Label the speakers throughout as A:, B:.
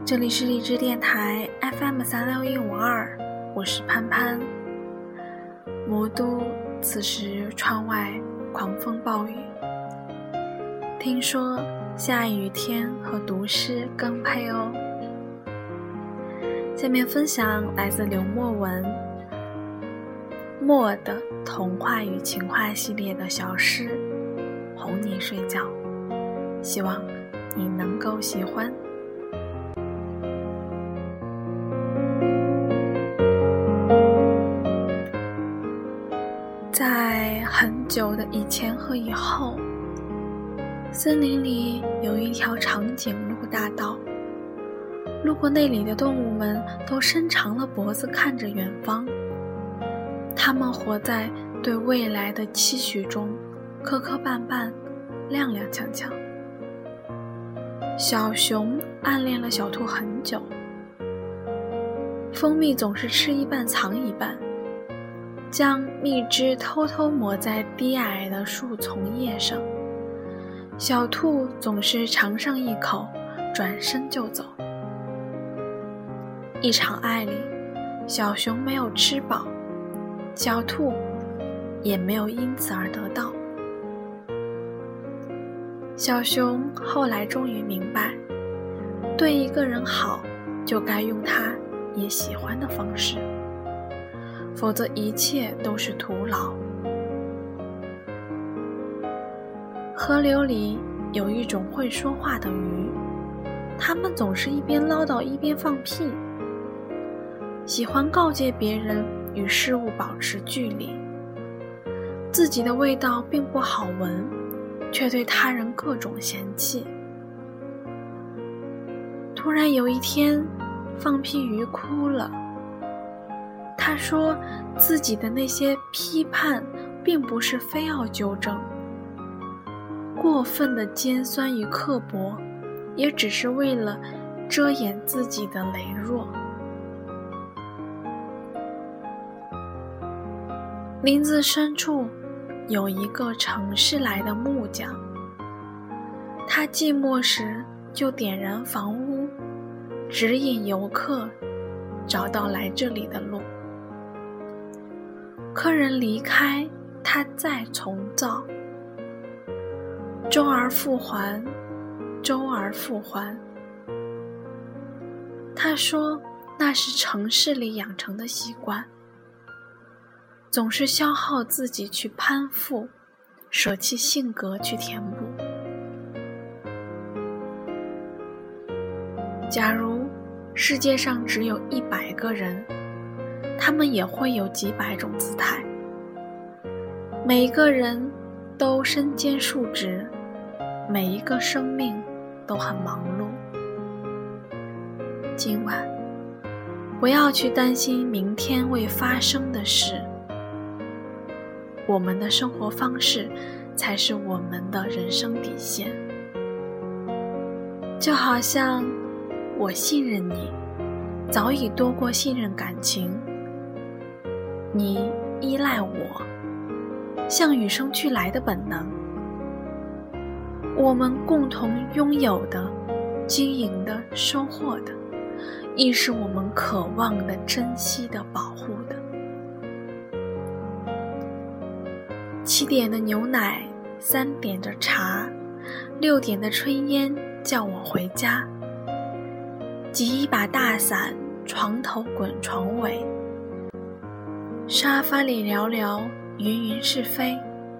A: 这里是荔枝电台 FM36152，我是潘潘。魔都此时窗外狂风暴雨，听说下雨天和读诗更配哦。下面分享来自刘墨文墨的童话与情话系列的小诗《哄你睡觉》，希望你能够喜欢。在很久的以前和以后，森林里有一条长颈鹿大道，路过那里的动物们都伸长了脖子看着远方，它们活在对未来的期许中，磕磕绊绊，踉踉跄跄。小熊暗恋了小兔很久，蜂蜜总是吃一半藏一半，将蜜汁偷偷抹在低矮的树丛叶上。小兔总是尝上一口，转身就走。一场爱里，小熊没有吃饱，小兔也没有因此而得到。小熊后来终于明白，对一个人好，就该用他也喜欢的方式，否则一切都是徒劳。河流里有一种会说话的鱼，它们总是一边唠叨一边放屁，喜欢告诫别人与事物保持距离，自己的味道并不好闻，却对他人各种嫌弃。突然有一天，放屁鱼哭了，他说自己的那些批判并不是非要纠正，过分的尖酸与刻薄也只是为了遮掩自己的羸弱。林子深处有一个城市来的木匠，他寂寞时就点燃房屋，指引游客找到来这里的路。客人离开，他再重造，周而复还，周而复还。他说那是城市里养成的习惯，总是消耗自己去攀附，舍弃性格去填补。假如世界上只有100个人，他们也会有几百种姿态，每一个人都身兼数职，每一个生命都很忙碌。今晚不要去担心明天未发生的事，我们的生活方式才是我们的人生底线。就好像我信任你，早已多过信任感情，你依赖我，像与生俱来的本能。我们共同拥有的、经营的、收获的，亦是我们渴望的、珍惜的、保护的。7点的牛奶，3点的茶，6点的炊烟叫我回家。挤一把大伞，床头滚床尾，沙发里聊聊云云是非。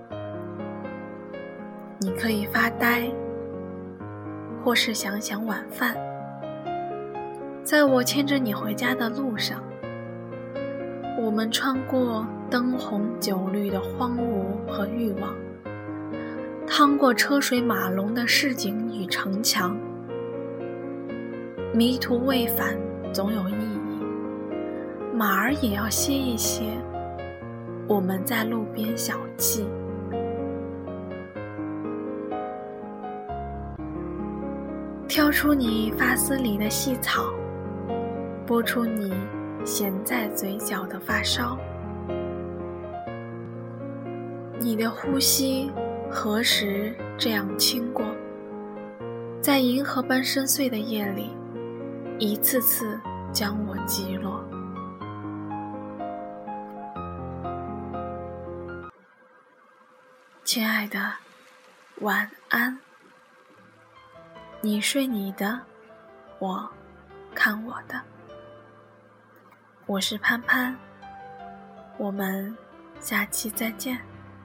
A: 你可以发呆，或是想想晚饭。在我牵着你回家的路上，我们穿过灯红酒绿的荒芜和欲望，趟过车水马龙的市井与城墙。迷途未返总有意义，马儿也要歇一歇，我们在路边小憩。挑出你发丝里的细草，拨出你衔在嘴角的发梢。你的呼吸何时这样轻过？在银河般深邃的夜里， 一次次将我击落。亲爱的，晚安。你睡你的，我看我的。我是潘潘，我们下期再见。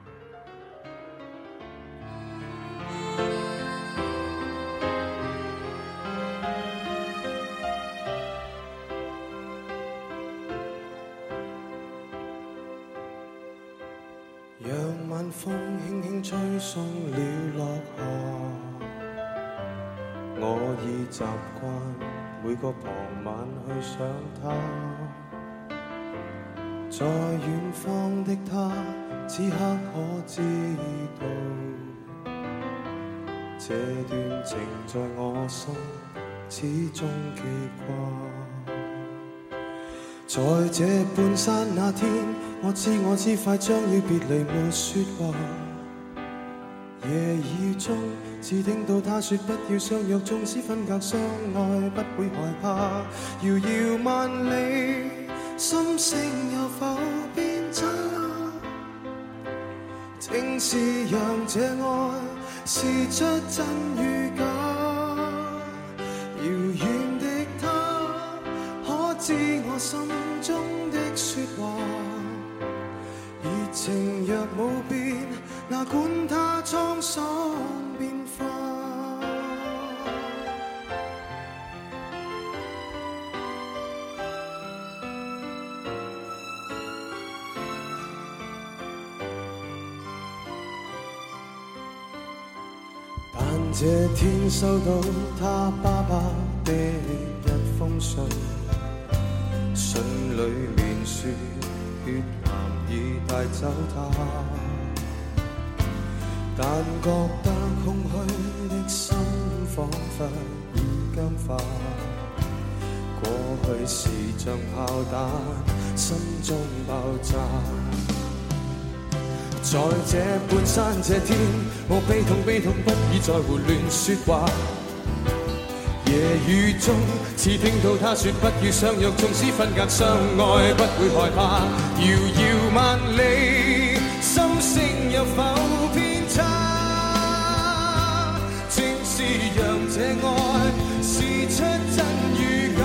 B: 让晚风轻轻吹送了落霞，我已习惯每个傍晚去想她，在远方的她此刻可知道，这段情在我心始终记挂。在这半山那天，我知快將要別離沒說話，夜雨中只聽到他說不要相約，縱使分隔相愛不會害怕，遙遙萬里心聲有否變差，正是讓這愛試出真與假，遙遠的他可知我心中的說話，熱情若冇變，哪管它滄桑變化。但這天收到他爸爸的一封信，信裏面說血癌已帶走他，但覺得空虛的心彷彿已僵化，過去是像炮彈心中爆炸，在這半山這天，我悲痛不已在胡亂說話，夜雨中只聽到他說不要相約，縱使分隔相愛不會害怕，遙遙萬里心聲有否偏差，正是讓這愛試出真與假，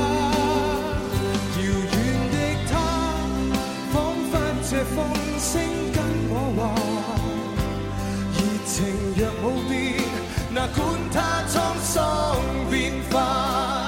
B: 遙遠的他彷彿這風聲跟我話，熱情若冇變，哪管它滄桑變化。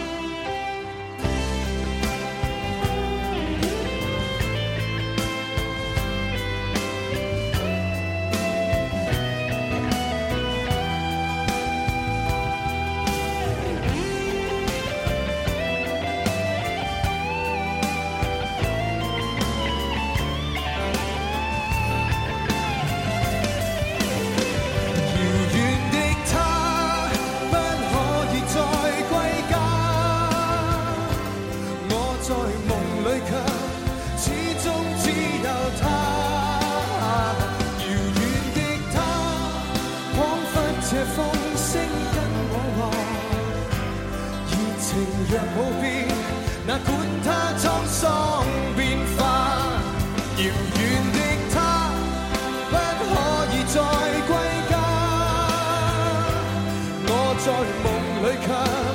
B: 這風聲跟我話，熱情若冇變，哪管它滄桑變化。遙遠的他不可以再歸家，我在夢裏卻